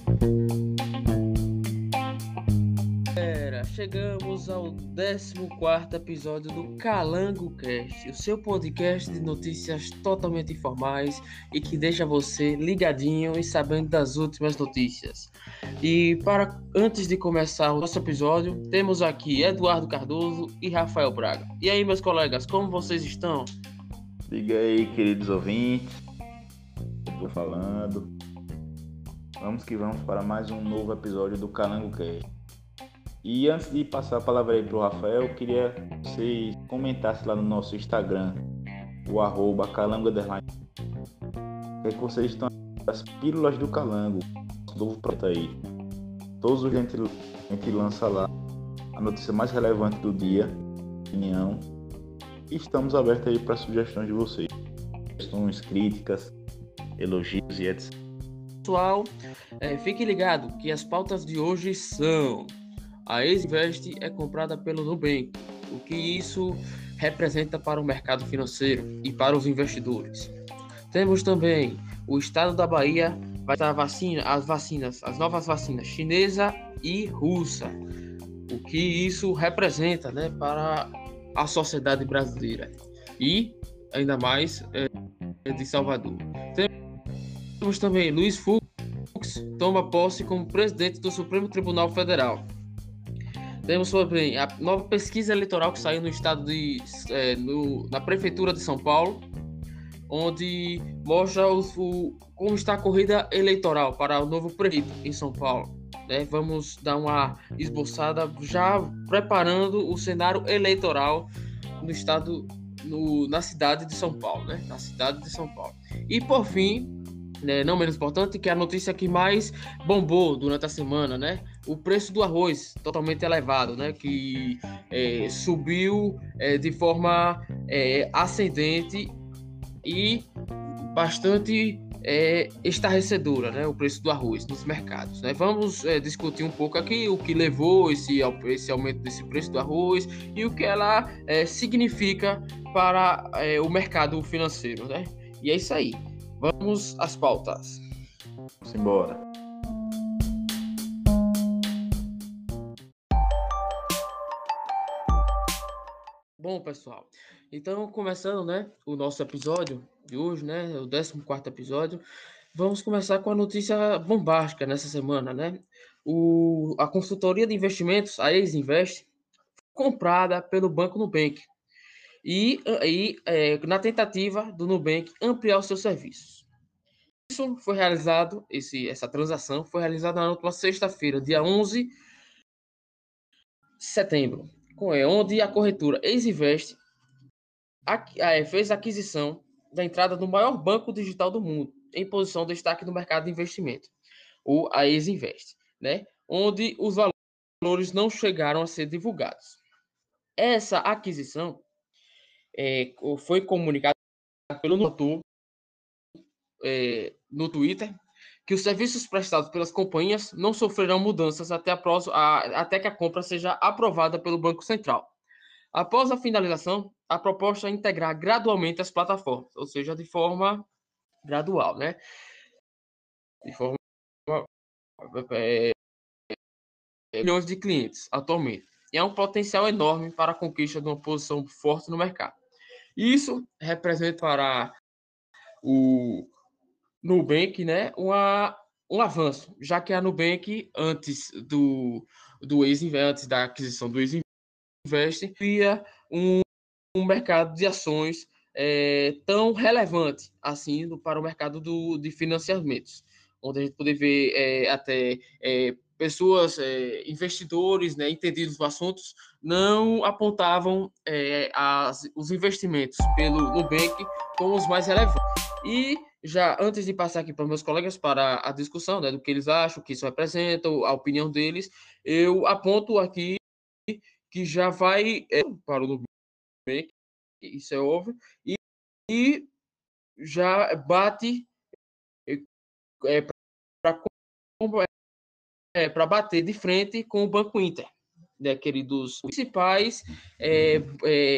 Chegamos ao 14º episódio do Calango Cast, o seu podcast de notícias totalmente informais e que deixa você ligadinho e sabendo das últimas notícias. E antes de começar o nosso episódio, temos aqui Eduardo Cardoso e Rafael Braga. E aí, meus colegas, como vocês estão? Diga aí, queridos ouvintes, estou falando. Vamos que vamos para mais um novo episódio do Calango Cast. E antes de passar a palavra aí para o Rafael, eu queria que vocês comentassem lá no nosso Instagram, o @calango_. O que é que vocês estão achando das pílulas do Calango, nosso novo projeto aí. Todos os dias a gente lança lá a notícia mais relevante do dia, opinião. E estamos abertos aí para sugestões de vocês. Sugestões, críticas, elogios e etc. Pessoal, fique ligado que as pautas de hoje são: a Exinvest é comprada pelo Nubank. O que isso representa para o mercado financeiro e para os investidores? Temos também o estado da Bahia vai dar as novas vacinas chinesa e russa. O que isso representa, para a sociedade brasileira e ainda mais de Salvador. Temos também Luiz Fux toma posse como presidente do Supremo Tribunal Federal. Temos também a nova pesquisa eleitoral que saiu no estado na prefeitura de São Paulo, onde mostra como está a corrida eleitoral para o novo prefeito em São Paulo. Vamos dar uma esboçada já preparando o cenário eleitoral no estado, na cidade de São Paulo, na cidade de São Paulo. E por fim, não menos importante, que a notícia que mais bombou durante a semana, o preço do arroz totalmente elevado, que subiu de forma ascendente e bastante estarrecedora, o preço do arroz nos mercados. Vamos discutir um pouco aqui o que levou esse aumento desse preço do arroz e o que ela significa para o mercado financeiro, E é isso aí. Vamos às pautas. Vamos embora. Bom, pessoal, então começando, o nosso episódio de hoje, o 14º episódio, vamos começar com a notícia bombástica nessa semana, A consultoria de investimentos, a Exinvest, comprada pelo Banco Nubank e na tentativa do Nubank ampliar os seus serviços. Isso foi realizado, essa transação foi realizada na última sexta-feira, dia 11 de setembro, onde a corretora Exinvest fez a aquisição da entrada do maior banco digital do mundo, em posição de destaque no mercado de investimento, a Exinvest, onde os valores não chegaram a ser divulgados. Essa aquisição foi comunicada pelo notor no Twitter, que os serviços prestados pelas companhias não sofrerão mudanças até que a compra seja aprovada pelo Banco Central. Após a finalização, a proposta é integrar gradualmente as plataformas, ou seja, de forma gradual, De forma milhões de clientes atualmente. E é um potencial enorme para a conquista de uma posição forte no mercado. Isso representa para o Nubank, um avanço, já que a Nubank, antes da aquisição do Exinvest, havia um mercado de ações tão relevante assim para o mercado de financiamentos, onde a gente pode ver até pessoas, investidores, entendidos do assunto, não apontavam os investimentos pelo Nubank como os mais relevantes. E já antes de passar aqui para meus colegas para a discussão do que eles acham, o que isso representa, a opinião deles, eu aponto aqui que já vai para o Nubank, isso é óbvio, e já bate para bater de frente com o Banco Inter, queridos, principais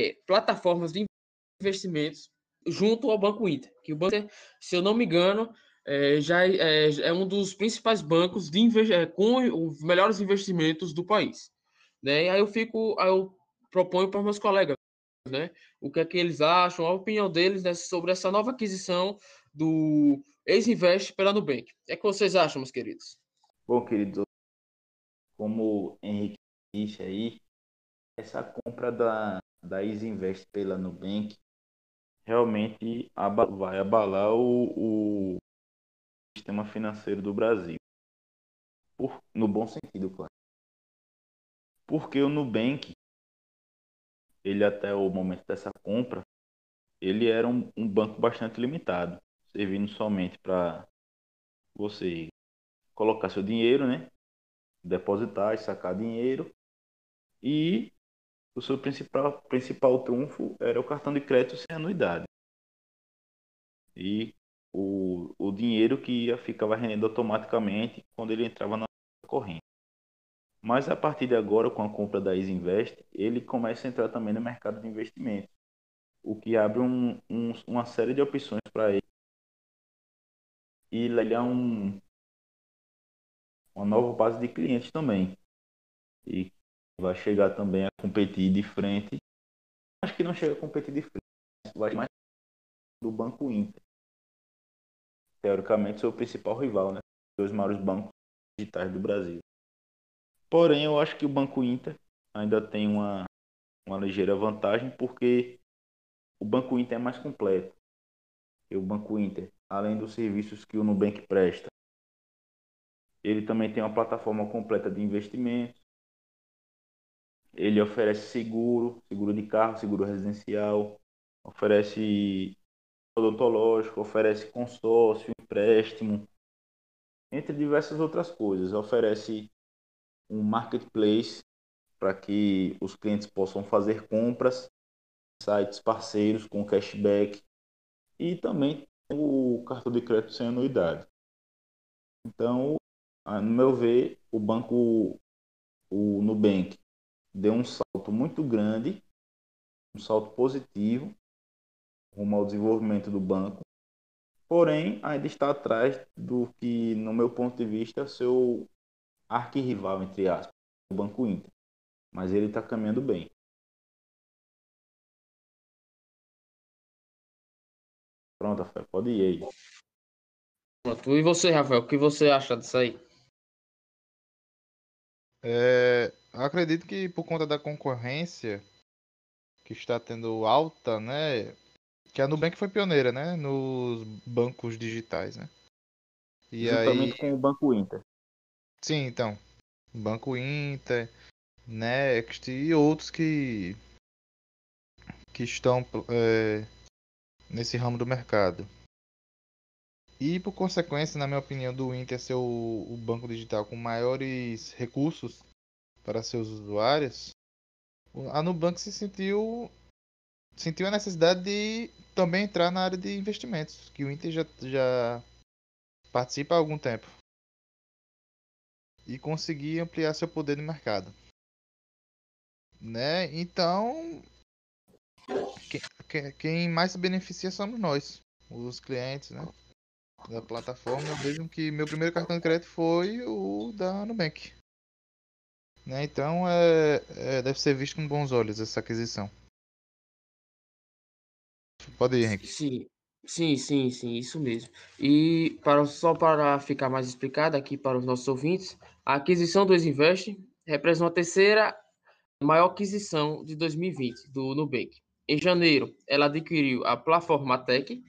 plataformas de investimentos junto ao Banco Inter, que o Banco Inter, se eu não me engano, é um dos principais bancos com os melhores investimentos do país, né? E aí eu proponho para meus colegas, né? O que é que eles acham, a opinião deles, né, sobre essa nova aquisição do Ex-Invest pela Nubank. O que é que vocês acham, meus queridos? Bom, queridos, como o Henrique disse aí, essa compra da Easy Invest pela Nubank realmente vai abalar o sistema financeiro do Brasil. No bom sentido, claro. Porque o Nubank, ele até o momento dessa compra, ele era um banco bastante limitado, servindo somente para você colocar seu dinheiro, né? Depositar e sacar dinheiro. E o seu principal trunfo era o cartão de crédito sem anuidade. E o dinheiro que ficava rendendo automaticamente quando ele entrava na corrente. Mas a partir de agora, com a compra da Isinvest, ele começa a entrar também no mercado de investimento, o que abre uma série de opções para ele. E ele é uma nova base de clientes também. E vai chegar também a competir de frente. Acho que não chega a competir de frente, vai mais do Banco Inter. Teoricamente, seu principal rival, né? Os dois maiores bancos digitais do Brasil. Porém, eu acho que o Banco Inter ainda tem uma ligeira vantagem, porque o Banco Inter é mais completo. E o Banco Inter, além dos serviços que o Nubank presta, ele também tem uma plataforma completa de investimentos. Ele oferece seguro de carro, seguro residencial, oferece odontológico, oferece consórcio, empréstimo, entre diversas outras coisas. Oferece um marketplace para que os clientes possam fazer compras, sites parceiros com cashback e também o cartão de crédito sem anuidade. Então, no meu ver, o Nubank, deu um salto muito grande, um salto positivo rumo ao desenvolvimento do banco, porém ainda está atrás do que, no meu ponto de vista, é seu arquirrival, entre aspas, o Banco Inter. Mas ele está caminhando bem. Pronto, Rafael, pode ir aí. Pronto. E você, Rafael, o que você acha disso aí? Acredito que por conta da concorrência que está tendo alta, né? Que a Nubank foi pioneira, né? Nos bancos digitais, né? E aí, Juntamente com o Banco Inter. sim, então, Banco Inter, Next e outros que estão nesse ramo do mercado. E por consequência, na minha opinião, do Inter ser o banco digital com maiores recursos para seus usuários, a Nubank sentiu a necessidade de também entrar na área de investimentos, que o Inter já participa há algum tempo, e conseguir ampliar seu poder no mercado, né? Então, quem mais se beneficia somos nós, os clientes, né? Da plataforma. Eu mesmo que meu primeiro cartão de crédito foi o da Nubank, né? Então, deve ser visto com bons olhos essa aquisição. Pode ir, Henrique. Sim, sim, isso mesmo. E só para ficar mais explicado aqui para os nossos ouvintes, a aquisição do Exinvest representa a terceira maior aquisição de 2020 do Nubank. Em janeiro, ela adquiriu a Platformatec,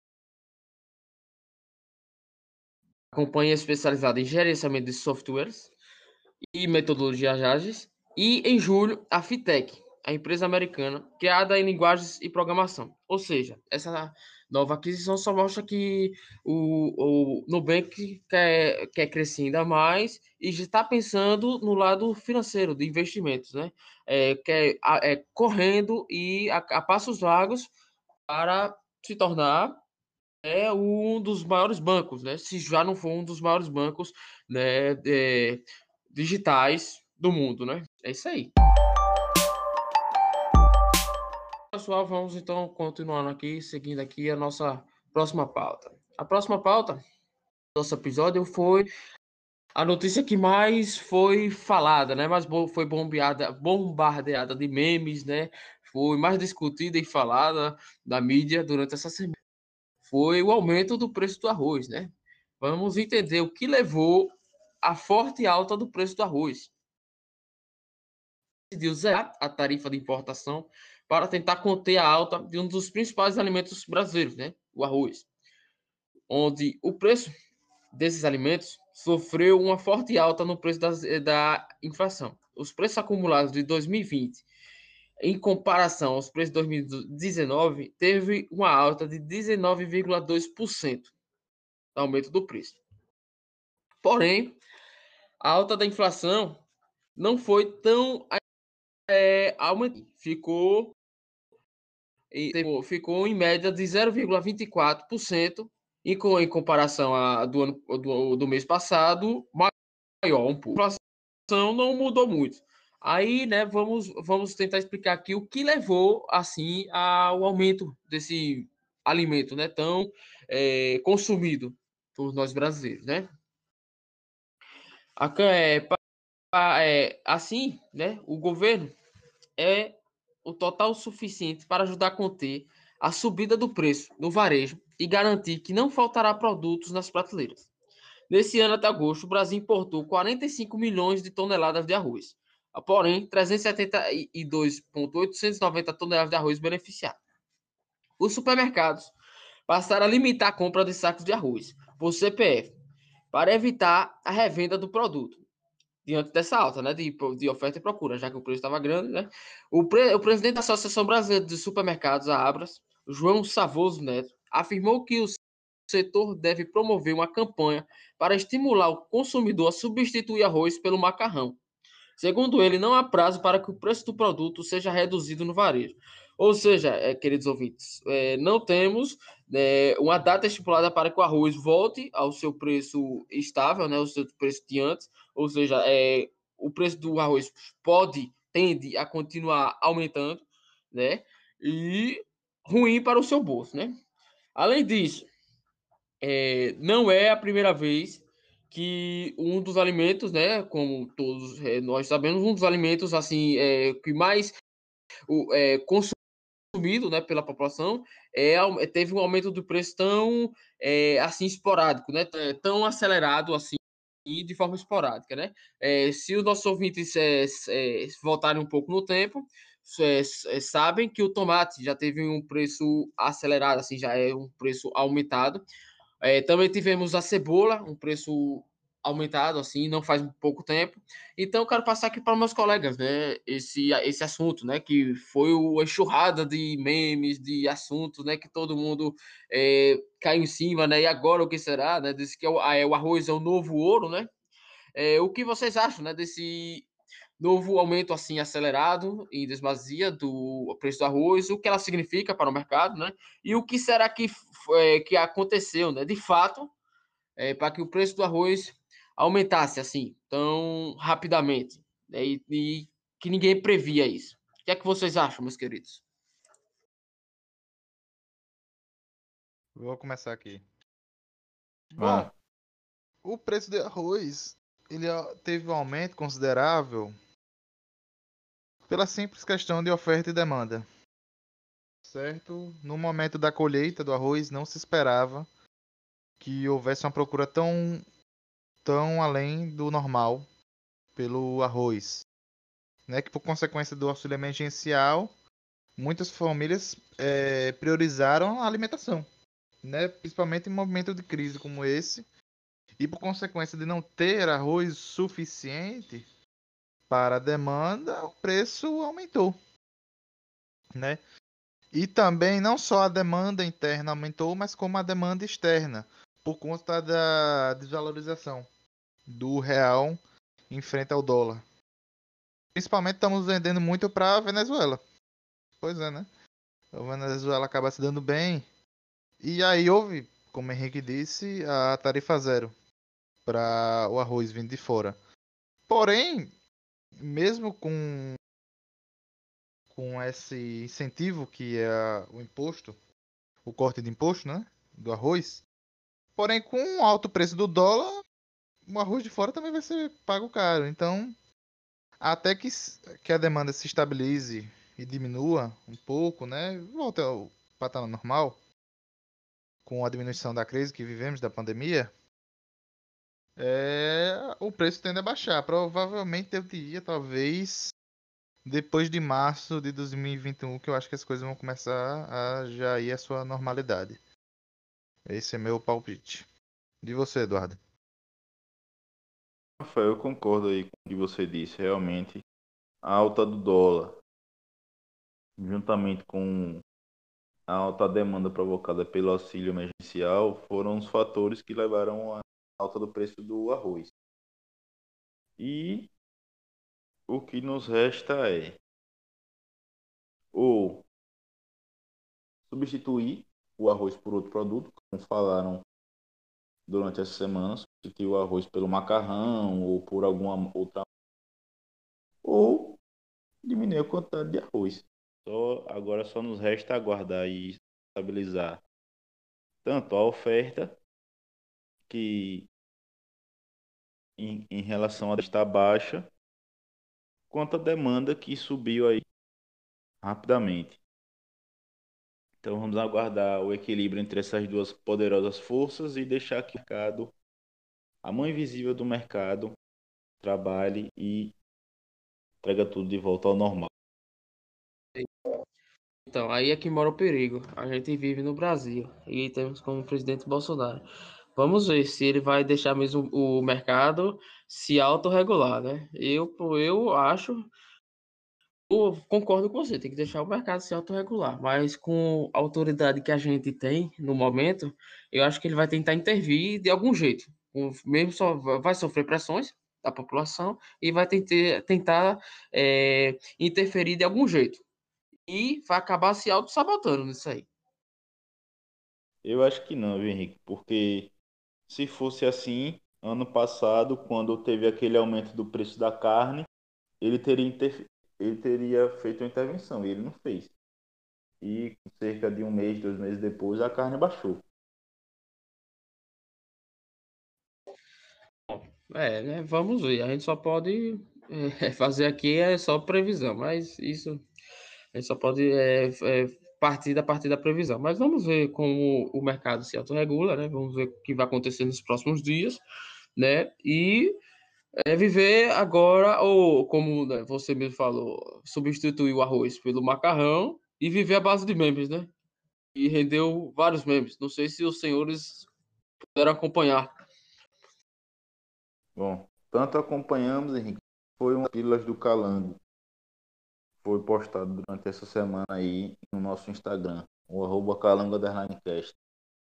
companhia especializada em gerenciamento de softwares e metodologias ágeis, e em julho, a Fitec, a empresa americana criada em linguagens e programação. Ou seja, essa nova aquisição só mostra que o Nubank quer crescer ainda mais e já está pensando no lado financeiro, de investimentos, né? Correndo e a passos largos para se tornar um dos maiores bancos, né? Se já não for um dos maiores bancos, né, digitais do mundo, né? É isso aí. Pessoal, vamos então continuando aqui, seguindo aqui a nossa próxima pauta. A próxima pauta nosso episódio foi a notícia que mais foi falada, né? Mais foi bombardeada de memes, né? Foi mais discutida e falada da mídia durante essa semana. Foi o aumento do preço do arroz, né? Vamos entender o que levou à forte alta do preço do arroz. Decidiu zerar a tarifa de importação para tentar conter a alta de um dos principais alimentos brasileiros, né? O arroz. Onde o preço desses alimentos sofreu uma forte alta no preço da inflação. Os preços acumulados de 2020, em comparação aos preços de 2019, teve uma alta de 19,2% do aumento do preço. Porém, a alta da inflação não foi tão aumentada. Ficou em média de 0,24%, e em comparação do mês passado, maior um pouco. A inflação não mudou muito. Aí, né, vamos tentar explicar aqui o que levou, assim, ao aumento desse alimento, né, tão consumido por nós brasileiros, né? Assim, né, o governo é o total suficiente para ajudar a conter a subida do preço no varejo e garantir que não faltará produtos nas prateleiras. Nesse ano até agosto, o Brasil importou 45 milhões de toneladas de arroz. Porém, 372.890 toneladas de arroz beneficiaram. Os supermercados passaram a limitar a compra de sacos de arroz por CPF para evitar a revenda do produto diante dessa alta, né, de oferta e procura, já que o preço estava grande, né? O presidente da Associação Brasileira de Supermercados, a Abras, João Savoso Neto, afirmou que o setor deve promover uma campanha para estimular o consumidor a substituir arroz pelo macarrão. Segundo ele, não há prazo para que o preço do produto seja reduzido no varejo. Ou seja, queridos ouvintes, não temos uma data estipulada para que o arroz volte ao seu preço estável, né, ao seu preço de antes. Ou seja, o preço do arroz tende a continuar aumentando, né? E ruim para o seu bolso, né? Além disso, não é a primeira vez que um dos alimentos, né, como todos nós sabemos, um dos alimentos assim que mais consumido, né, pela população teve um aumento do preço tão assim esporádico, né, tão acelerado assim e de forma esporádica, né? Se os nossos ouvintes voltarem um pouco no tempo, sabem que o tomate já teve um preço acelerado, assim, já é um preço aumentado. Também tivemos a cebola, um preço aumentado, assim, não faz pouco tempo. Então, eu quero passar aqui para meus colegas, né, esse assunto, né, que foi a enxurrada de memes, de assuntos, né, que todo mundo caiu em cima, né, e agora o que será, né, disse que o arroz é o novo ouro, né. O que vocês acham, né, desse novo aumento assim acelerado e desvazia do preço do arroz, o que ela significa para o mercado, né? E o que será que aconteceu, né? De fato, para que o preço do arroz aumentasse assim tão rapidamente, né? E que ninguém previa isso. O que é que vocês acham, meus queridos? Vou começar aqui. Vamos. Bom, o preço de arroz ele teve um aumento considerável pela simples questão de oferta e demanda, certo? No momento da colheita do arroz não se esperava que houvesse uma procura tão além do normal pelo arroz, né? Que por consequência do auxílio emergencial, muitas famílias priorizaram a alimentação, né? Principalmente em momento de crise como esse, e por consequência de não ter arroz suficiente para a demanda, o preço aumentou, né? E também não só a demanda interna aumentou, mas como a demanda externa, por conta da desvalorização do real em frente ao dólar. Principalmente estamos vendendo muito para a Venezuela. Pois é, né? A Venezuela acaba se dando bem. E aí houve, como o Henrique disse, a tarifa zero para o arroz vindo de fora. Porém, mesmo com esse incentivo que é o imposto, o corte de imposto, né, do arroz, Porém, com o alto preço do dólar, o arroz de fora também vai ser pago caro. Então, até que a demanda se estabilize e diminua um pouco, né? Volte ao patamar normal, com a diminuição da crise que vivemos, da pandemia, o preço tende a baixar. Provavelmente eu diria, talvez, depois de março de 2021, que eu acho que as coisas vão começar a já ir à sua normalidade. Esse é meu palpite. De você, Eduardo? Rafael, eu concordo aí com o que você disse. Realmente, a alta do dólar, juntamente com a alta demanda provocada pelo auxílio emergencial, foram os fatores que levaram à alta do preço do arroz. E o que nos resta é ou substituir o arroz por outro produto, como falaram durante essa semana, substituir o arroz pelo macarrão ou por alguma outra, ou diminuir a quantidade de arroz. Agora só nos resta aguardar e estabilizar tanto a oferta, que em relação a estar baixa, quanto a demanda, que subiu aí rapidamente. Então vamos aguardar o equilíbrio entre essas duas poderosas forças e deixar que o mercado, a mão invisível do mercado, trabalhe e entrega tudo de volta ao normal. Então, aí é que mora o perigo. A gente vive no Brasil e temos como presidente Bolsonaro. Vamos ver se ele vai deixar mesmo o mercado se autorregular, né? Eu acho, eu concordo com você, tem que deixar o mercado se autorregular, mas com a autoridade que a gente tem no momento, eu acho que ele vai tentar intervir de algum jeito. Mesmo só vai sofrer pressões da população e vai tentar interferir de algum jeito. E vai acabar se auto-sabotando nisso aí. Eu acho que não, viu, Henrique? Porque se fosse assim, ano passado, quando teve aquele aumento do preço da carne, ele teria, ele teria feito uma intervenção, e ele não fez. E cerca de um mês, 2 meses depois, a carne baixou. Né? Vamos ver. A gente só pode fazer aqui só previsão, mas isso a gente só pode partir da previsão. Mas vamos ver como o mercado se autorregula, né? Vamos ver o que vai acontecer nos próximos dias, né? E viver agora, ou como né, você mesmo falou, substituir o arroz pelo macarrão e viver à base de memes, né? E rendeu vários memes. Não sei se os senhores puderam acompanhar. Bom, tanto acompanhamos, Henrique, foi uma Pílulas do Calango. Foi postado durante essa semana aí no nosso Instagram, o @calango_cast.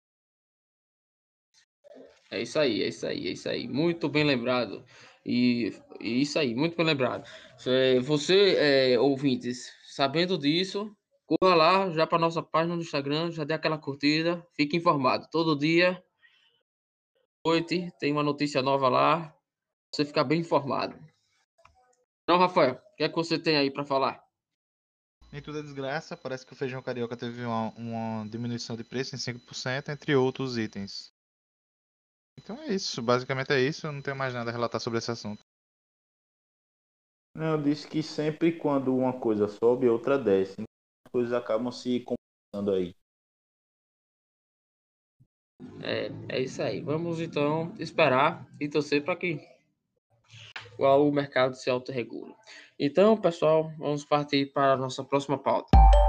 É isso aí, é isso aí, é isso aí. Muito bem lembrado. E isso aí, muito bem lembrado. Você, ouvintes, sabendo disso, corra lá já para nossa página no Instagram, já dê aquela curtida, fique informado. Todo dia, noite, tem uma notícia nova lá, você ficar bem informado. Não, Rafael, o que é que você tem aí para falar? Nem tudo é desgraça, parece que o feijão carioca teve uma diminuição de preço em 5%, entre outros itens. Então é isso, basicamente é isso, eu não tenho mais nada a relatar sobre esse assunto. Não, eu disse que sempre quando uma coisa sobe, outra desce. As coisas acabam se compensando aí. É isso aí. Vamos então esperar e torcer para que o mercado se autorregule. Então, pessoal, vamos partir para a nossa próxima pauta.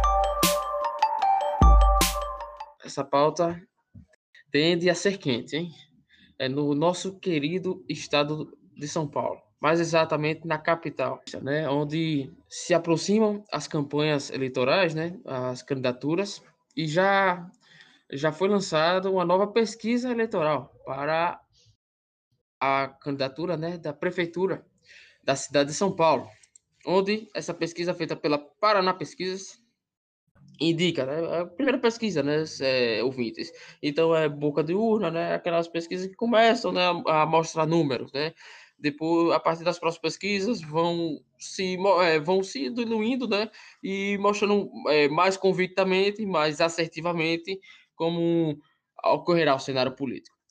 Essa pauta tende a ser quente, hein? É no nosso querido estado de São Paulo, mais exatamente na capital, né? Onde se aproximam as campanhas eleitorais, né? As candidaturas, e já foi lançada uma nova pesquisa eleitoral para a candidatura, né, da prefeitura da cidade de São Paulo, onde essa pesquisa feita pela Paraná Pesquisas indica, né, a primeira pesquisa, né, ouvintes. Então é boca de urna, né, aquelas pesquisas que começam, né, a mostrar números, né. Depois, a partir das próximas pesquisas, vão se diluindo, né, e mostrando mais convictamente, mais assertivamente como ocorrerá o cenário político.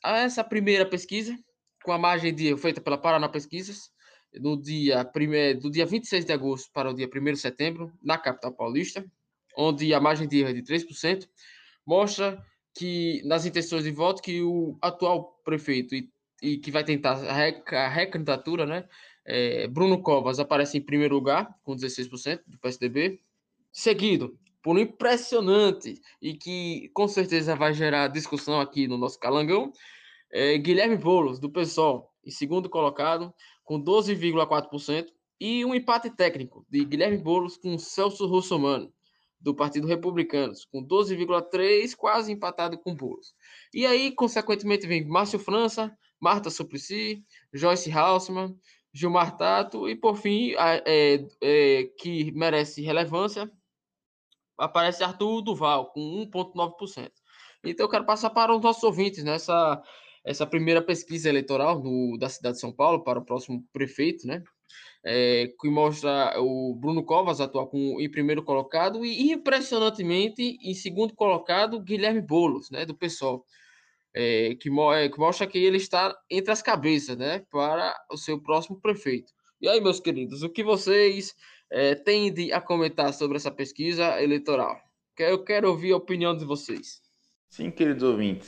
essa primeira pesquisa, com a margem de erro feita pela Paraná Pesquisas, do dia 26 de agosto para o dia 1º de setembro, na capital paulista, onde a margem de erro é de 3%, mostra que, nas intenções de voto, que o atual prefeito e que vai tentar a recandidatura, né, Bruno Covas, aparece em primeiro lugar, com 16% do PSDB, seguido por um impressionante e que com certeza vai gerar discussão aqui no nosso Calangão, Guilherme Boulos, do PSOL, em segundo colocado, com 12,4%, e um empate técnico de Guilherme Boulos com Celso Russomano, do Partido Republicano, com 12,3%, quase empatado com Boulos. E aí, consequentemente, vem Márcio França, Marta Suplicy, Joyce Hausmann, Gilmar Tato, e por fim, que merece relevância, aparece Arthur Duval, com 1,9%. Então, eu quero passar para os nossos ouvintes nessa essa primeira pesquisa eleitoral da cidade de São Paulo para o próximo prefeito, né? Que mostra o Bruno Covas atuar em primeiro colocado e, impressionantemente, em segundo colocado, Guilherme Boulos, né, do PSOL, que mostra que ele está entre as cabeças, né, para o seu próximo prefeito. E aí, meus queridos, o que vocês tendem a comentar sobre essa pesquisa eleitoral? Eu quero ouvir a opinião de vocês. Sim, queridos ouvintes.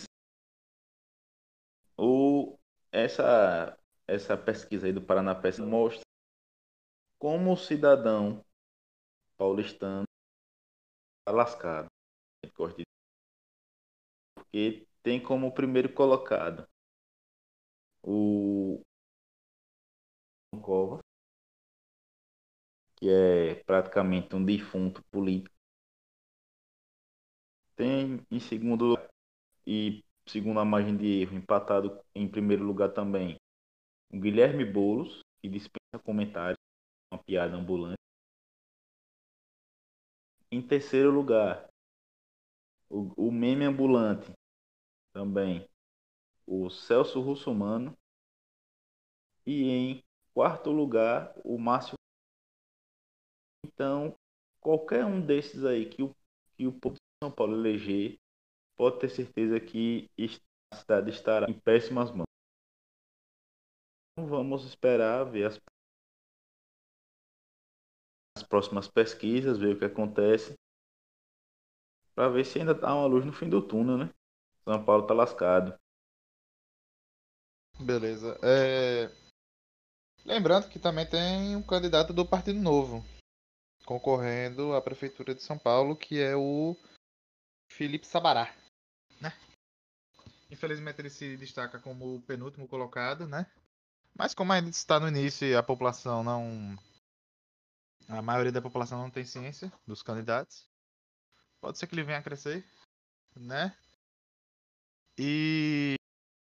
Essa pesquisa aí do Paraná Pesquisa mostra como o cidadão paulistano está lascado. Porque tem como primeiro colocado o Covas, que é praticamente um defunto político. Tem em segundo lugar, e segundo a margem de erro, empatado em primeiro lugar também, o Guilherme Boulos, que dispensa comentários, uma piada ambulante. Em terceiro lugar, o meme ambulante também, o Celso Russomano. E em quarto lugar, o Márcio. Então, qualquer um desses aí que o povo de São Paulo eleger, pode ter certeza que a cidade estará em péssimas mãos. Então, vamos esperar ver as próximas pesquisas, ver o que acontece, para ver se ainda há uma luz no fim do túnel, né? São Paulo está lascado. Beleza. Lembrando que também tem um candidato do Partido Novo concorrendo à Prefeitura de São Paulo, que é o Felipe Sabará, né? Infelizmente ele se destaca como o penúltimo colocado, né? Mas como ainda está no início e a população não... A maioria da população não tem ciência dos candidatos, pode ser que ele venha a crescer, né? E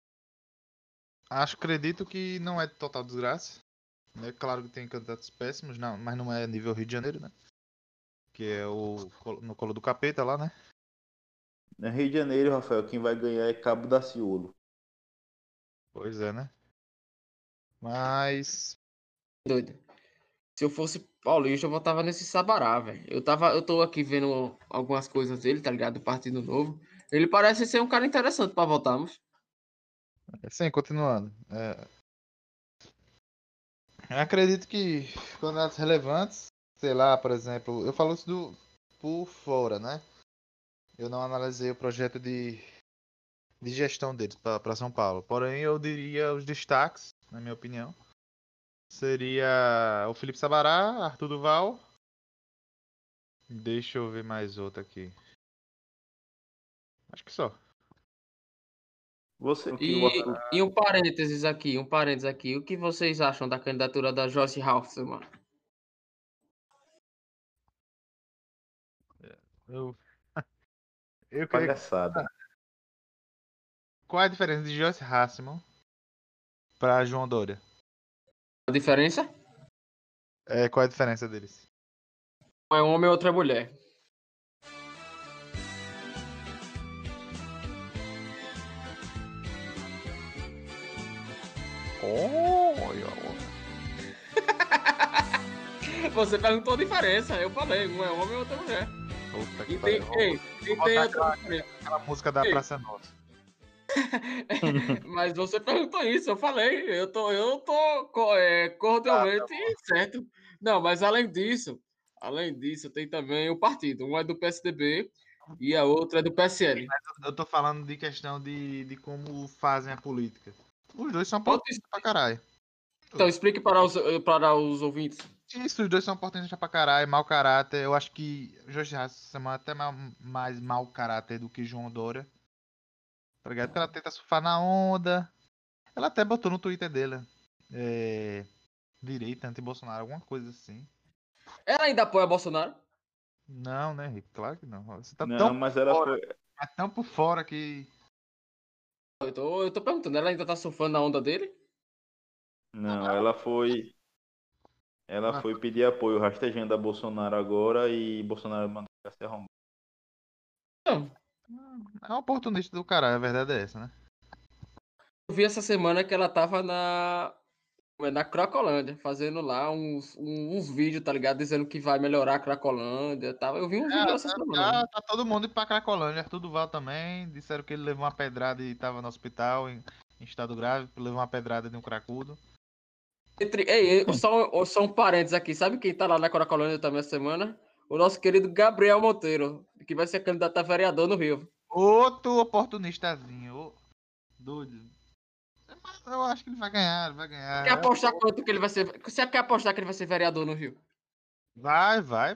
acredito que não é de total desgraça. É claro que tem candidatos péssimos, não, mas não é nível Rio de Janeiro, né? Que é no colo do capeta lá, né? No Rio de Janeiro, Rafael, quem vai ganhar é Cabo Daciolo. Pois é, né? Mas... Doido. Se eu fosse paulista, eu votava nesse Sabará, velho. Eu tô aqui vendo algumas coisas dele, tá ligado? Do Partido Novo. Ele parece ser um cara interessante pra votarmos. Sim, continuando. Eu acredito que candidatos relevantes, sei lá, por exemplo, eu falo isso por fora, né? Eu não analisei o projeto de gestão deles para São Paulo. Porém, eu diria os destaques, na minha opinião. Seria o Felipe Sabará, Arthur Duval. Deixa eu ver mais outro aqui. Acho que só. E um parênteses aqui. O que vocês acham da candidatura da Joyce Hausmann? Eu queria... Palhaçada. Qual é a diferença de Joyce Hausmann para João Dória? A diferença? Qual é a diferença deles? Um é homem e outra é mulher. Você perguntou a diferença, eu falei, um é homem e outra é mulher. Puta que E tem outra diferença. Aquela música da Praça Nossa. Mas você perguntou isso, eu falei, cordialmente certo. Não, mas além disso, tem também o partido. Um é do PSDB e a outra é do PSL. Eu tô falando de questão de como fazem a política. Os dois são Pronto, oportunistas pra caralho. então explique para os ouvintes. Isso, os dois são oportunistas pra caralho, mau caráter. Eu acho que Jorge Hassan é até mais mau caráter do que João Dória. Tá ligado? Porque ela tenta surfar na onda. Ela até botou no Twitter dele. Direita, anti-Bolsonaro, alguma coisa assim. Ela ainda apoia Bolsonaro? Não, né, Henrique? Claro que não. Você tá Não, tão mas por ela fora. foi. Tá tão por fora que. Eu tô perguntando, ela ainda tá surfando na onda dele? Não, ela foi. Ela foi pedir apoio rastejando a Bolsonaro agora e Bolsonaro mandou ela se arrombar. Não. É um oportunista do caralho, a verdade é essa, né? Eu vi essa semana que ela tava na Cracolândia, fazendo lá uns vídeos, tá ligado? Dizendo que vai melhorar a Cracolândia e tal. Eu vi um vídeo essa semana. Tá todo mundo indo pra Cracolândia. Arthur Duval também. Disseram que ele levou uma pedrada e tava no hospital em estado grave. Levou uma pedrada de um cracudo. Ei, só um parênteses aqui. Sabe quem tá lá na Cracolândia também essa semana? O nosso querido Gabriel Monteiro, que vai ser candidato a vereador no Rio. Outro oportunistazinho. Doido. Eu acho que ele vai ganhar, ele vai Quer ganhar. apostar quanto que ele vai ser? Você quer apostar que ele vai ser vereador no Rio? Vai.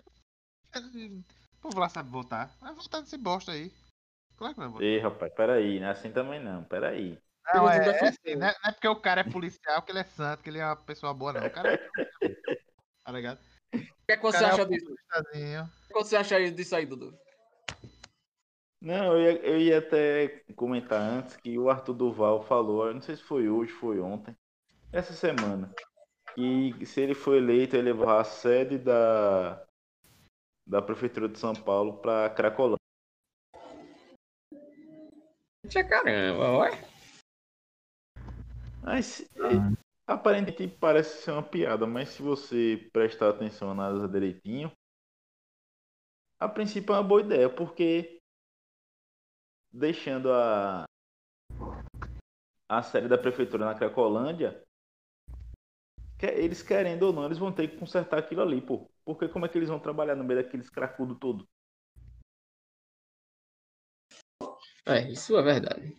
O povo lá sabe votar. Vai votar nesse bosta aí. Claro que vai votar. Ei, rapaz, peraí, não é assim também não, peraí. Não, Temos um é defensor. assim, não é porque o cara é policial, que ele é santo, que ele é uma pessoa boa, não. O cara é. Tá ligado? O que é que O você cara é acha disso? O oportunistazinho. que você acha disso aí, Dudu? Não, eu ia até comentar antes que o Arthur Duval falou, eu não sei se foi hoje, foi ontem, essa semana, que se ele for eleito, ele vai levar a sede da Prefeitura de São Paulo para Cracolândia. Caramba, ué. Mas aparentemente parece ser uma piada, mas se você prestar atenção na análise direitinho, a princípio é uma boa ideia, porque deixando a sede da Prefeitura na Cracolândia, eles querendo ou não, eles vão ter que consertar aquilo ali, pô. Porque como é que eles vão trabalhar no meio daqueles cracudos todos? Isso é verdade.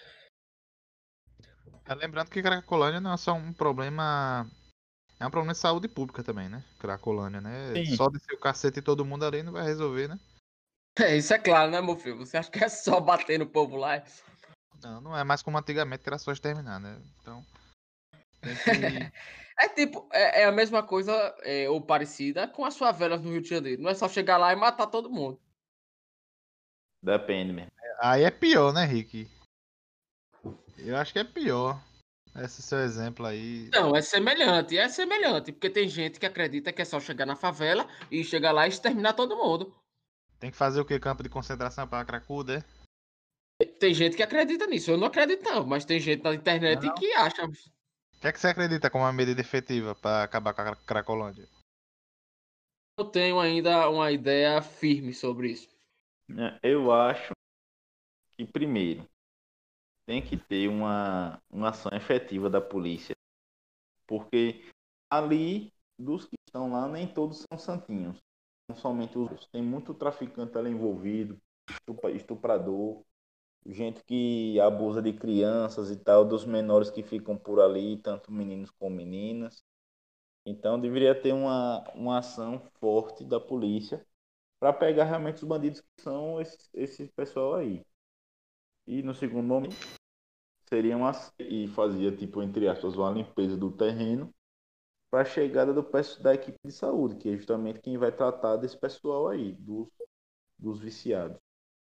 Lembrando que Cracolândia não é só um problema. É um problema de saúde pública também, né? Cracolândia, né? Sim. Só descer o cacete em todo mundo ali não vai resolver, né? Isso é claro, né, meu filho? Você acha que é só bater no povo lá? Não é mais como antigamente que era só exterminar, né? Então. Tem que. É tipo, é a mesma coisa, ou parecida, com as favelas no Rio de Janeiro. Não é só chegar lá e matar todo mundo. Depende mesmo. Aí é pior, né, Rick? Eu acho que é pior. Esse seu exemplo aí. Não, é semelhante, porque tem gente que acredita que é só chegar na favela e chegar lá e exterminar todo mundo. Tem que fazer o que? Campo de concentração para cracudo, é? Tem gente que acredita nisso, eu não acredito não, mas tem gente na internet Não. que acha. O que é que você acredita como uma medida efetiva para acabar com a Cracolândia? Eu tenho ainda uma ideia firme sobre isso. Eu acho que primeiro tem que ter uma ação efetiva da polícia. Porque ali, dos que estão lá, nem todos são santinhos. Não somente os. Tem muito traficante ali envolvido, estuprador, gente que abusa de crianças e tal, dos menores que ficam por ali, tanto meninos como meninas. Então deveria ter uma ação forte da polícia para pegar realmente os bandidos que são esse pessoal aí. E no segundo momento seria e fazia tipo entre aspas uma limpeza do terreno para a chegada da equipe de saúde, que é justamente quem vai tratar desse pessoal aí, dos viciados.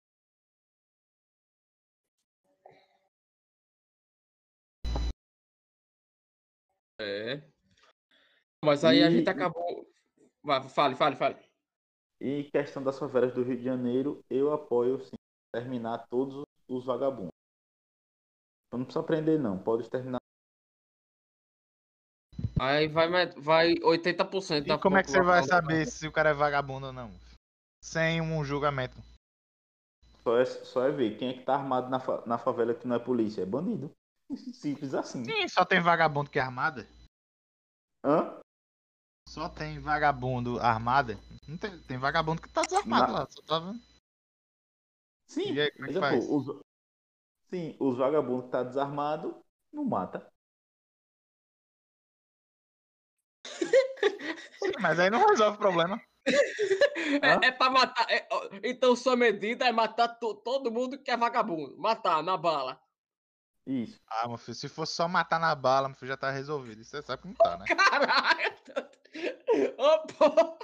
É. Mas aí a gente E, acabou. Fale. e questão das favelas do Rio de Janeiro, eu apoio sim terminar todos os vagabundos. Então não precisa prender não, pode exterminar. Aí vai 80% E da como é que você vai população. saber se o cara é vagabundo ou não? Sem um julgamento. Só é ver quem é que tá armado na favela que não é polícia. É bandido. Simples assim. Sim, só tem vagabundo que é armada. Hã? Só tem vagabundo armada. Não tem vagabundo que tá desarmado Na... lá. Só tá vendo. E Sim, aí, como é que exemplo, faz? os vagabundos que tá desarmado, não mata. Sim, mas aí não resolve o problema. Hã? É pra matar. Então sua medida é matar todo mundo que é vagabundo. Matar na bala. Isso. Ah, meu filho, se fosse só matar na bala, meu filho, já tá resolvido. Isso você sabe que não tá, né? Caralho! Ô, pô!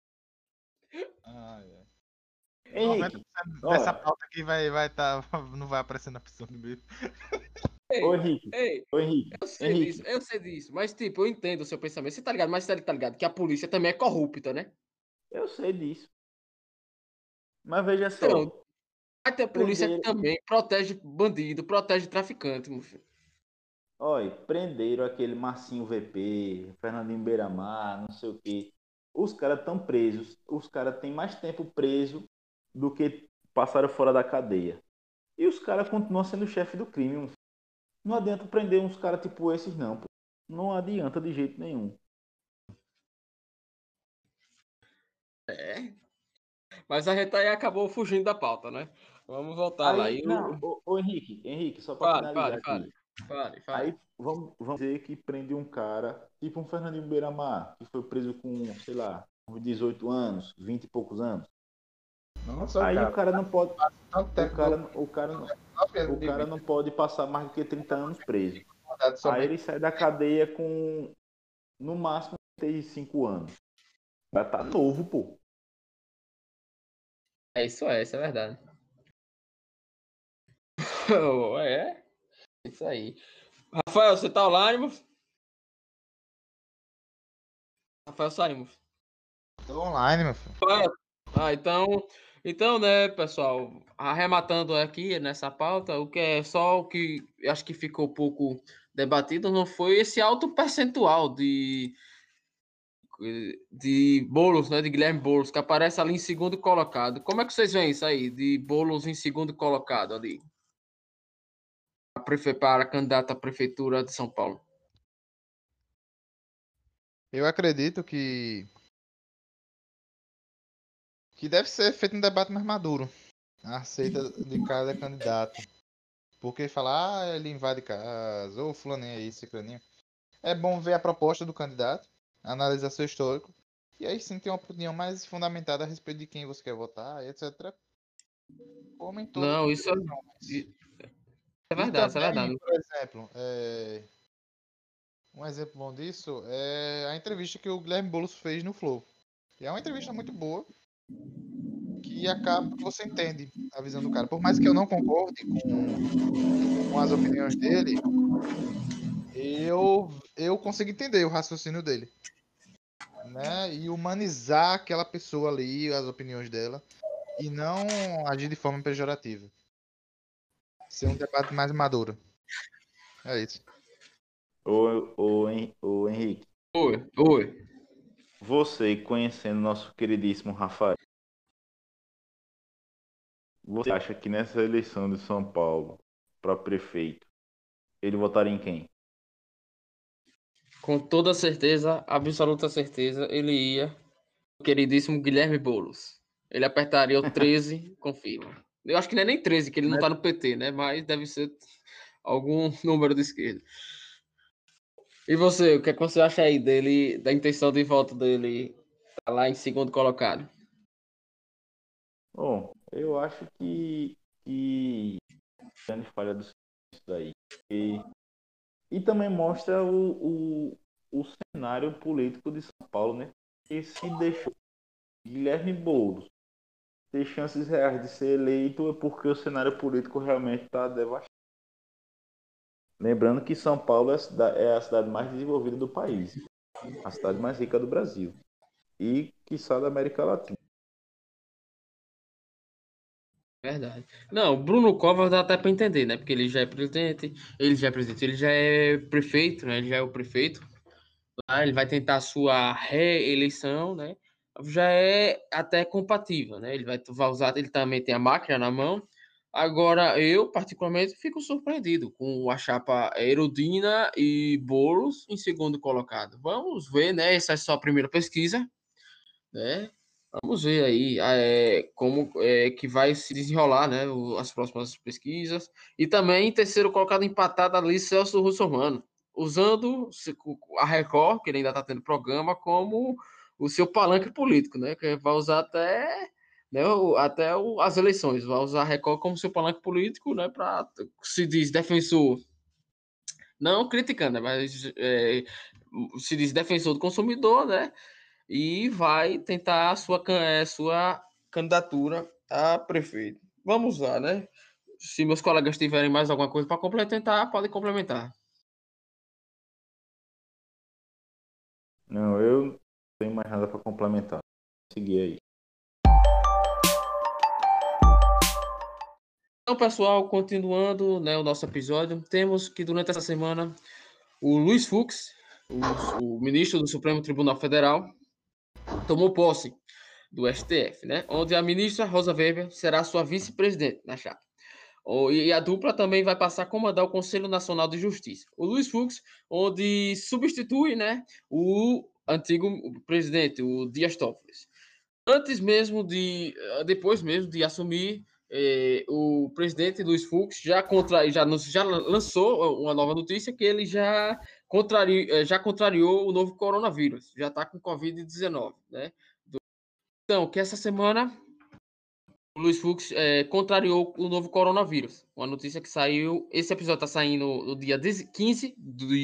Ah, é. Henrique, 90% dessa olha, pauta aqui vai tá, não vai aparecer na opção do meio. ô Ei, Henrique, ei, ô Henrique, Henrique, eu sei disso. Mas, tipo, eu entendo o seu pensamento. Você tá ligado? Mas você tá ligado que a polícia também é corrupta, né? eu sei disso. Mas veja Então, só, vai ter polícia que prender, também protege bandido, protege traficante, meu filho. olha, prenderam aquele Marcinho VP, Fernandinho Beiramar, não sei o quê. Os caras estão presos, os caras têm mais tempo preso do que passaram fora da cadeia. E os caras continuam sendo chefe do crime. Não adianta prender uns caras tipo esses, não. Pô. Não adianta de jeito nenhum. É. Mas a gente aí acabou fugindo da pauta, né? Vamos voltar lá. Aí, não, ô Henrique, só para Fale, finalizar fale, aqui. fale. Fale, fale. Aí vamos dizer que prende um cara, tipo um Fernandinho Beiramar, que foi preso com, sei lá, uns 18 anos, 20 e poucos anos. Nossa, Aí o cara. cara não pode, Tanto o tempo do. cara, o cara, não- Nossa, o de cara vida. não pode passar mais do que 30 anos preso. Aí Somente. ele sai da cadeia com, no máximo, 35 anos. Vai tá novo, pô. Isso é verdade. É, isso aí. Rafael, você tá online, meu? Rafael, saímos. Tô online, meu filho. Então, né, pessoal, arrematando aqui nessa pauta, o que é só o que eu acho que ficou pouco debatido não foi esse alto percentual de Boulos, né, de Guilherme Boulos, que aparece ali em segundo colocado. Como é que vocês veem isso aí, de Boulos em segundo colocado ali, para candidato à prefeitura de São Paulo? Eu acredito que deve ser feito um debate mais maduro. A aceita de cada candidato. Porque falar, ele invade casa, ou fulaninho aí, ciclaninho. É bom ver a proposta do candidato, analisar seu histórico, e aí sim ter uma opinião mais fundamentada a respeito de quem você quer votar, etc. Como em todas Não, as isso eleições. é E verdade, isso é também, verdade. por exemplo, um exemplo bom disso é a entrevista que o Guilherme Boulos fez no Flow. E é uma entrevista muito boa, que acaba que você entende a visão do cara. Por mais que eu não concorde com as opiniões dele, eu consigo entender o raciocínio dele, né? E humanizar aquela pessoa ali, as opiniões dela, e não agir de forma pejorativa. Ser um debate mais maduro. É isso. Ô Henrique, Oi, oi. você conhecendo nosso queridíssimo Rafael, você acha que nessa eleição de São Paulo para prefeito, ele votaria em quem? Com toda certeza, absoluta certeza, ele ia, o queridíssimo Guilherme Boulos. Ele apertaria o 13, confirma. Eu acho que não é nem 13, que ele não Né? tá no PT, né? Mas deve ser algum número de esquerda. E você, o que é que você acha aí dele, da intenção de voto dele tá lá em segundo colocado? Bom, eu acho que grande falha do isso daí. E também mostra o cenário político de São Paulo, né? E se deixou Guilherme Boulos ter chances reais de ser eleito é porque o cenário político realmente está devastado. Lembrando que São Paulo é a cidade mais desenvolvida do país, a cidade mais rica do Brasil e, quiçá, da América Latina. Verdade. Não, o Bruno Covas dá até para entender, né? Porque ele já é presidente, ele já é prefeito, né? Ele já é o prefeito. Lá ele vai tentar a sua reeleição, né? Já é até compatível, né? Vai usar, ele também tem a máquina na mão, Agora, eu particularmente fico surpreendido com a chapa Erundina e Boulos em segundo colocado. Vamos ver, né? Essa é só a primeira pesquisa, né? Vamos ver aí como que vai se desenrolar, né? As próximas pesquisas. E também em terceiro colocado empatado ali Celso Russomano, usando a Record, que ele ainda está tendo programa, como o seu palanque político, né? Que vai usar até, né, as eleições, vai usar a Record como seu palanque político, né? Para se diz defensor, não criticando, né, mas se diz defensor do consumidor, né? E vai tentar a sua candidatura a prefeito. Vamos lá, né? Se meus colegas tiverem mais alguma coisa para complementar, podem complementar. Não, eu não tenho mais nada para complementar. Seguir aí. Então, pessoal, continuando, né, o nosso episódio, temos que durante essa semana o Luiz Fux, o ministro do Supremo Tribunal Federal, tomou posse do STF, né? Onde a ministra Rosa Weber será sua vice-presidente na chapa. E a dupla também vai passar a comandar o Conselho Nacional de Justiça. O Luiz Fux, onde substitui, né, o antigo presidente, o Dias Toffoli. Depois mesmo de assumir, o presidente Luiz Fux já lançou uma nova notícia que ele já contrariou o novo coronavírus, já está com Covid-19, né? Então, que essa semana o Luiz Fux contrariou o novo coronavírus. Uma notícia que saiu. Esse episódio está saindo no dia 15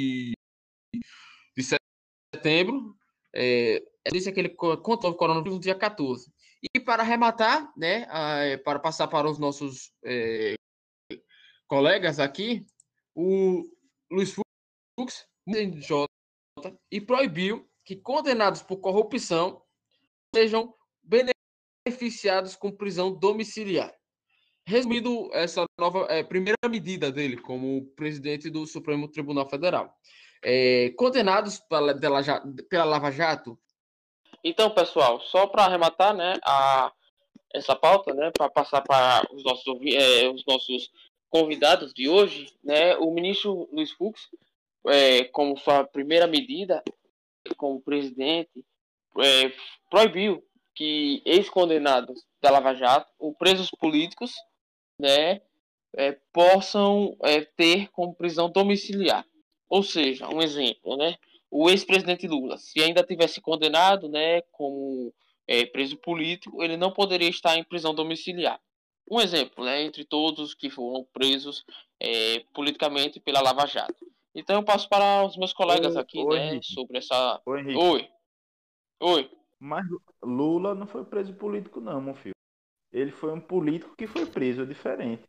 de setembro. A notícia que ele contou o coronavírus no dia 14. E para arrematar, né, para passar para os nossos colegas aqui, o Luiz Fux e proibiu que condenados por corrupção sejam beneficiados com prisão domiciliar. Resumindo, essa nova primeira medida dele como presidente do Supremo Tribunal Federal. Condenados pela Lava Jato. Então, pessoal, só para arrematar, né, essa pauta, né, para passar para os nossos convidados de hoje, né, o ministro Luiz Fux, como sua primeira medida como presidente, proibiu que ex-condenados da Lava Jato, ou presos políticos, né, possam ter como prisão domiciliar. Ou seja, um exemplo, né? O ex-presidente Lula, se ainda tivesse condenado, né, como preso político, ele não poderia estar em prisão domiciliar. Um exemplo, né, entre todos que foram presos politicamente pela Lava Jato. Então eu passo para os meus colegas aqui, Ô, né, Henrique. sobre essa. Ô, Henrique. Oi, oi. Mas Lula não foi preso político, não, meu filho. Ele foi um político que foi preso, é diferente.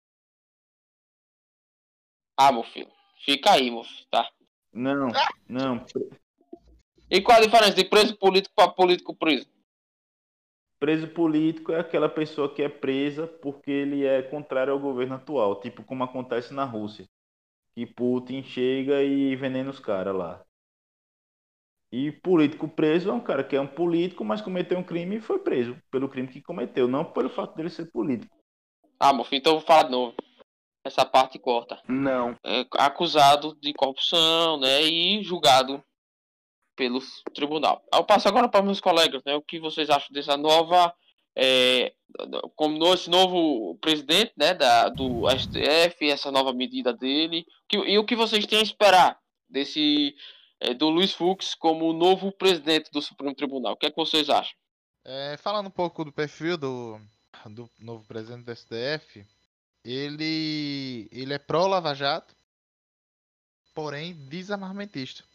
Ah, meu filho, fica aí, meu filho, tá? Não, não. E qual a diferença de preso político para político preso? Preso político é aquela pessoa que é presa porque ele é contrário ao governo atual, tipo como acontece na Rússia, que Putin chega e envenena os caras lá. E político preso é um cara que é um político, mas cometeu um crime e foi preso pelo crime que cometeu, não pelo fato dele ser político. Ah, meu filho, então eu vou falar de novo. Essa parte corta. Não. Acusado de corrupção, né, e julgado pelo tribunal. Eu passo agora para meus colegas, né, o que vocês acham dessa nova, como esse novo presidente, né, do STF, essa nova medida dele, e o que vocês têm a esperar do Luiz Fux como novo presidente do Supremo Tribunal? O que é que vocês acham? Falando um pouco do perfil do novo presidente do STF, ele é pró-Lava Jato, porém desarmamentista,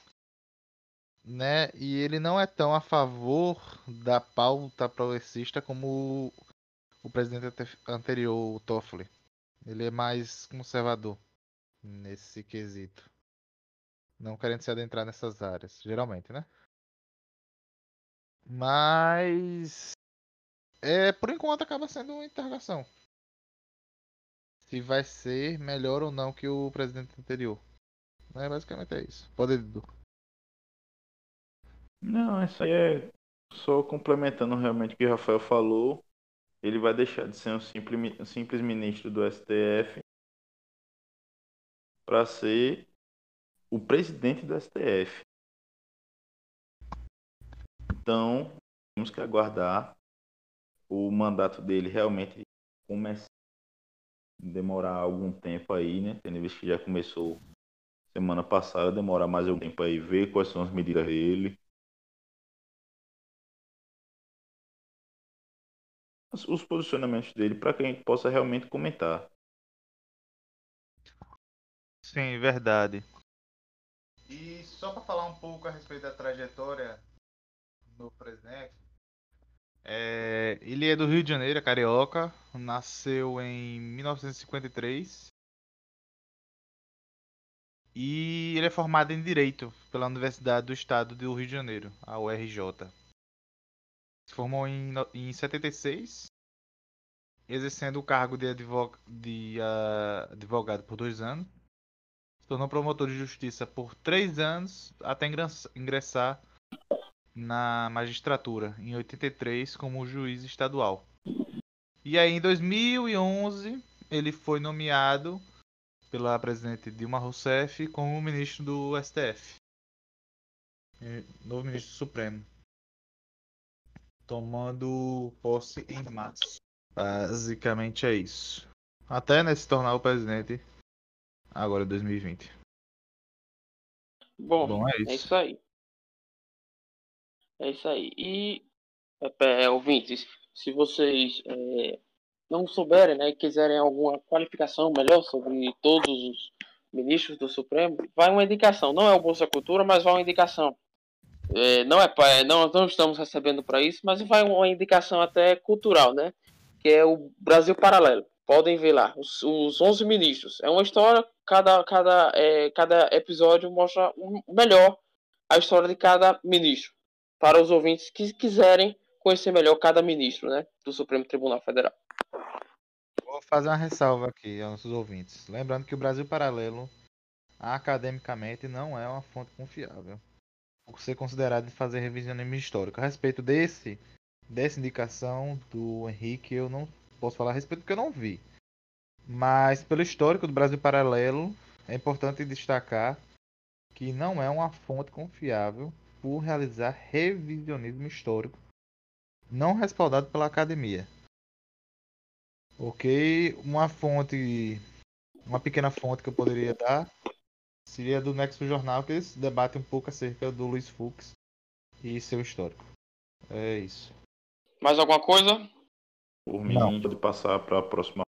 né? E ele não é tão a favor da pauta progressista como o presidente anterior, o Toffoli. Ele é mais conservador nesse quesito, não querendo se adentrar nessas áreas, geralmente, né? Mas por enquanto acaba sendo uma interrogação. Se vai ser melhor ou não que o presidente anterior. Basicamente é isso. Pode, Dudu. Não, isso aí é só complementando realmente o que o Rafael falou. ele vai deixar de ser um simples ministro do STF para ser o presidente do STF. Então, temos que aguardar o mandato dele realmente começar a demorar algum tempo aí, né? Tendo visto que já começou semana passada, demorar mais algum tempo aí, ver quais são as medidas dele. Os posicionamentos dele para que a gente possa realmente comentar. Sim, verdade. E só para falar um pouco a respeito da trajetória do presidente, ele é do Rio de Janeiro, é carioca, nasceu em 1953 e ele é formado em Direito pela Universidade do Estado do Rio de Janeiro, a URJ. Se formou em 76, exercendo o cargo de advogado por 2 anos. Se tornou promotor de justiça por 3 anos, até ingressar na magistratura, em 83, como juiz estadual. E aí, em 2011, ele foi nomeado pela presidente Dilma Rousseff como ministro do STF, novo ministro supremo, tomando posse em março. Basicamente é isso. Até, né, se tornar o presidente agora em 2020. Bom, Bom, é é isso. isso aí. É isso aí. E, ouvintes, se vocês não souberem, né, e quiserem alguma qualificação melhor sobre todos os ministros do Supremo, vai uma indicação. Não é o Bolsa Cultura, mas vai uma indicação. Não estamos recebendo para isso, mas vai uma indicação até cultural, né? Que é o Brasil Paralelo. Podem ver lá, os 11 ministros. É uma história, cada episódio mostra melhor a história de cada ministro. Para os ouvintes que quiserem conhecer melhor cada ministro, né? Do Supremo Tribunal Federal. Vou fazer uma ressalva aqui aos nossos ouvintes. Lembrando que o Brasil Paralelo, academicamente, não é uma fonte confiável. Por ser considerado de fazer revisionismo histórico. A respeito dessa indicação do Henrique, eu não posso falar a respeito porque eu não vi. Mas pelo histórico do Brasil Paralelo, é importante destacar que não é uma fonte confiável por realizar revisionismo histórico não respaldado pela academia. Ok, uma pequena fonte que eu poderia dar seria do Nexo Jornal, que eles debatem um pouco acerca do Luiz Fux e seu histórico. É isso. Mais alguma coisa? Por Não. mim, pode passar para a próxima.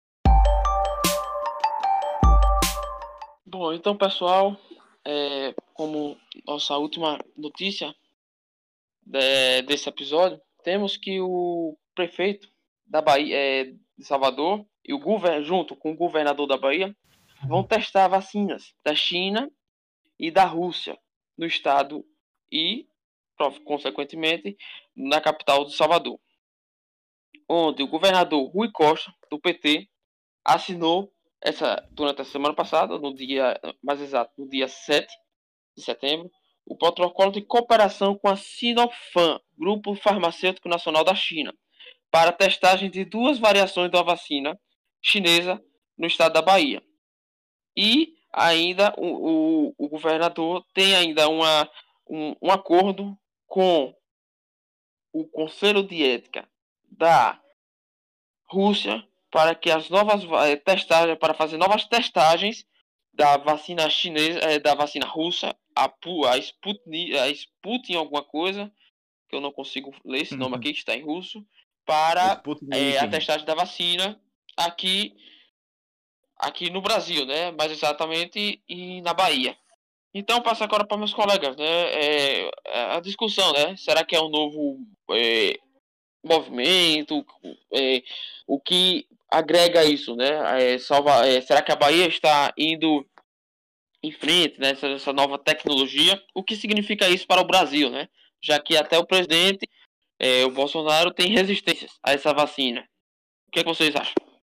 Bom, então, pessoal, como nossa última notícia desse episódio, temos que o prefeito da Bahia, de Salvador, e o governo, junto com o governador da Bahia, vão testar vacinas da China e da Rússia no estado e, consequentemente, na capital de Salvador, onde o governador Rui Costa, do PT, assinou durante a semana passada, no dia mais exato, no dia 7 de setembro, o protocolo de cooperação com a Sinopharm, Grupo Farmacêutico Nacional da China, para a testagem de duas variações da vacina chinesa no estado da Bahia. E ainda o governador tem ainda um acordo com o Conselho de Ética da Rússia para que as novas testagens, para fazer novas testagens da vacina chinesa, da vacina russa, a Sputnik alguma coisa, que eu não consigo ler esse nome aqui, que está em russo, para Sputnik. a testagem da vacina aqui, aqui no Brasil, né? Mais exatamente, e na Bahia. Então, passo agora para meus colegas, né? A discussão, né? Será que é um novo movimento? O que agrega isso, né? Será que a Bahia está indo em frente, né? Essa nova tecnologia? O que significa isso para o Brasil, né? Já que até o presidente, o Bolsonaro, tem resistências a essa vacina. O que vocês acham?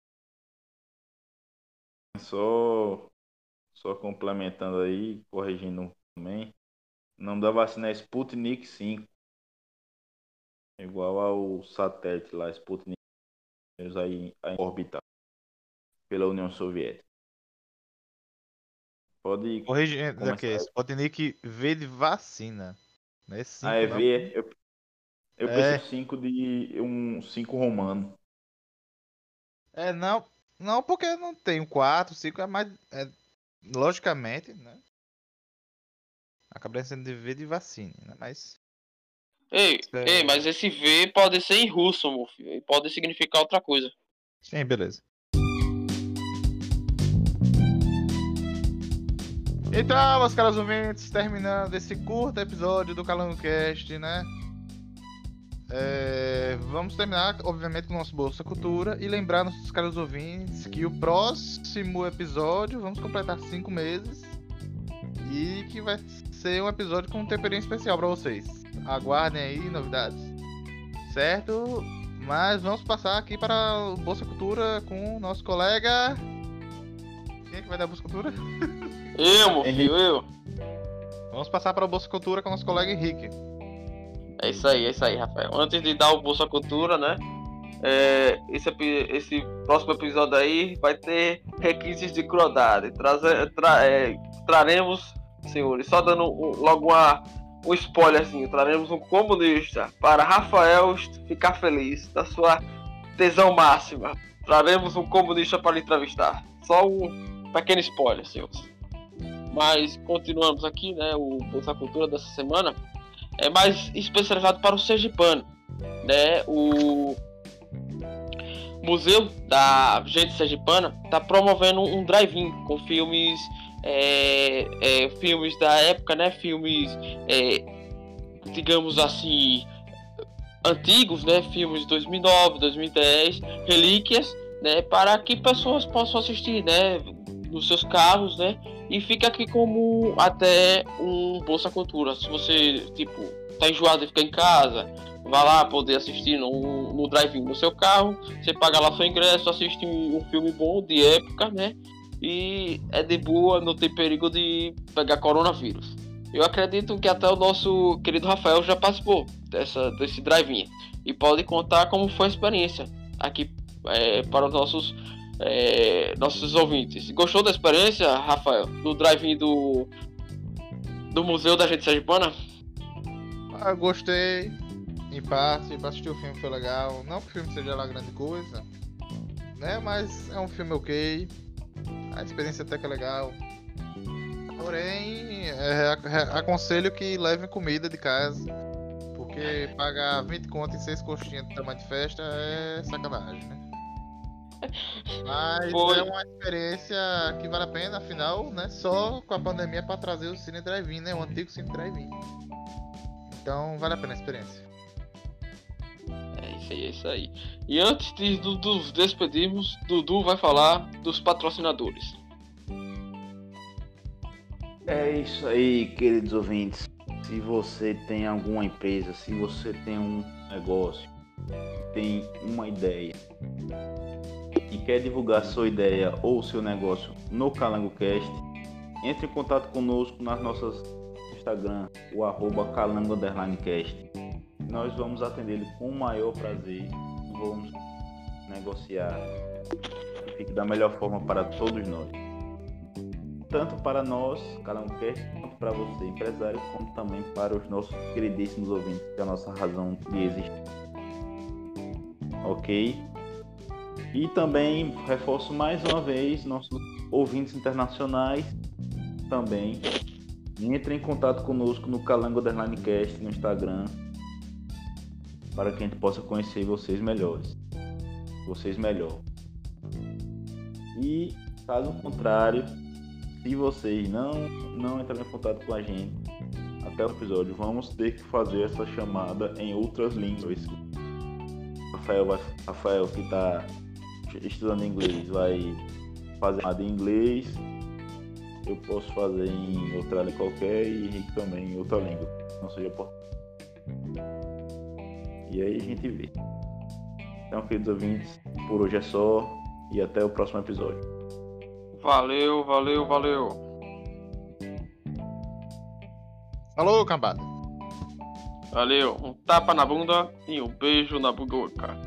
Só, só complementando aí, corrigindo também. O nome da vacina é Sputnik 5, igual ao satélite lá, Sputnik. a orbitar pela União Soviética. Pode Corrigindo começar. aqui, Sputnik V de vacina. Não é 5, A não. EV, eu penso É, 5 de um 5 romano. não. Não, porque não tem o 4, 5 é mais. Logicamente, né? Acaba sendo de V de vacina, né? Mas. Ei, mas esse V pode ser em russo, meu filho. E pode significar outra coisa. Sim, beleza. Então, meus caros ouvintes, terminando esse curto episódio do Calango Cast, né? Vamos terminar, obviamente, com o nosso Bolsa Cultura e lembrar nossos caros ouvintes que o próximo episódio vamos completar 5 meses e que vai ser um episódio com um temperinho especial para vocês. Aguardem aí novidades, certo? Mas vamos passar aqui para o Bolsa Cultura com o nosso colega. Quem é que vai dar a Bolsa Cultura? Eu, meu filho, eu. Vamos passar para o Bolsa Cultura com o nosso colega Henrique. É isso aí, Rafael. Antes de dar o Bolsa Cultura, né? Esse próximo episódio aí vai ter requisitos de crueldade. Traremos, senhores, só dando logo um spoilerzinho. Traremos um comunista para Rafael ficar feliz da sua tesão máxima. Traremos um comunista para lhe entrevistar. Só um pequeno spoiler, senhores. Mas continuamos aqui, né? O Bolsa Cultura dessa semana é mais especializado para o sergipano, né? O Museu da Gente Sergipana está promovendo um drive-in com filmes, filmes da época, né? Filmes, digamos assim, antigos, né? Filmes de 2009, 2010, relíquias, né? Para que pessoas possam assistir, né? Nos seus carros, né? E fica aqui como até um Bolsa Cultura. Se você, tipo, tá enjoado de ficar em casa, vá lá poder assistir no drive-in no seu carro. Você paga lá seu ingresso, assiste um filme bom, de época, né? E é de boa, não tem perigo de pegar coronavírus. Eu acredito que até o nosso querido Rafael já participou desse drive-in. E pode contar como foi a experiência aqui para os nossos ouvintes. Gostou da experiência, Rafael, do drive-in do Museu da Gente Sergipana? Gostei, em parte, pra assistir o filme foi legal. Não que o filme seja lá grande coisa, né? Mas é um filme ok, a experiência até que é legal. Porém, aconselho que levem comida de casa, porque pagar 20 conto em 6 coxinhas de tamanho de festa é sacanagem, né? Mas é uma experiência que vale a pena, afinal, né? Só com a pandemia para trazer o Cine Drive-In, né? O antigo Cine Drive-In. Então vale a pena a experiência. É isso aí. E antes de nos despedirmos, Dudu vai falar dos patrocinadores. É isso aí, queridos ouvintes. Se você tem alguma empresa, se você tem um negócio, tem uma ideia e quer divulgar sua ideia ou seu negócio no Calango Cast, entre em contato conosco nas nossas Instagram, o @calango_cast. Nós vamos atendê-lo com o maior prazer. Vamos negociar que fique da melhor forma para todos nós. Tanto para nós, Calango Cast, quanto para você, empresário, como também para os nossos queridíssimos ouvintes, que é a nossa razão de existir. Ok? E também reforço mais uma vez nossos ouvintes internacionais também. Entrem em contato conosco no Calango_cast no Instagram, para que a gente possa conhecer vocês melhor. E caso contrário, se vocês não entrarem em contato com a gente até o episódio, vamos ter que fazer essa chamada em outras línguas. Rafael que está estudando inglês vai fazer chamada em inglês, eu posso fazer em outra língua qualquer e Henrique também em outra língua, não seja português. E aí a gente vê. Então, queridos ouvintes, por hoje é só e até o próximo episódio. Valeu. Falou, cambada. Valeu. Um tapa na bunda e um beijo na bugoca.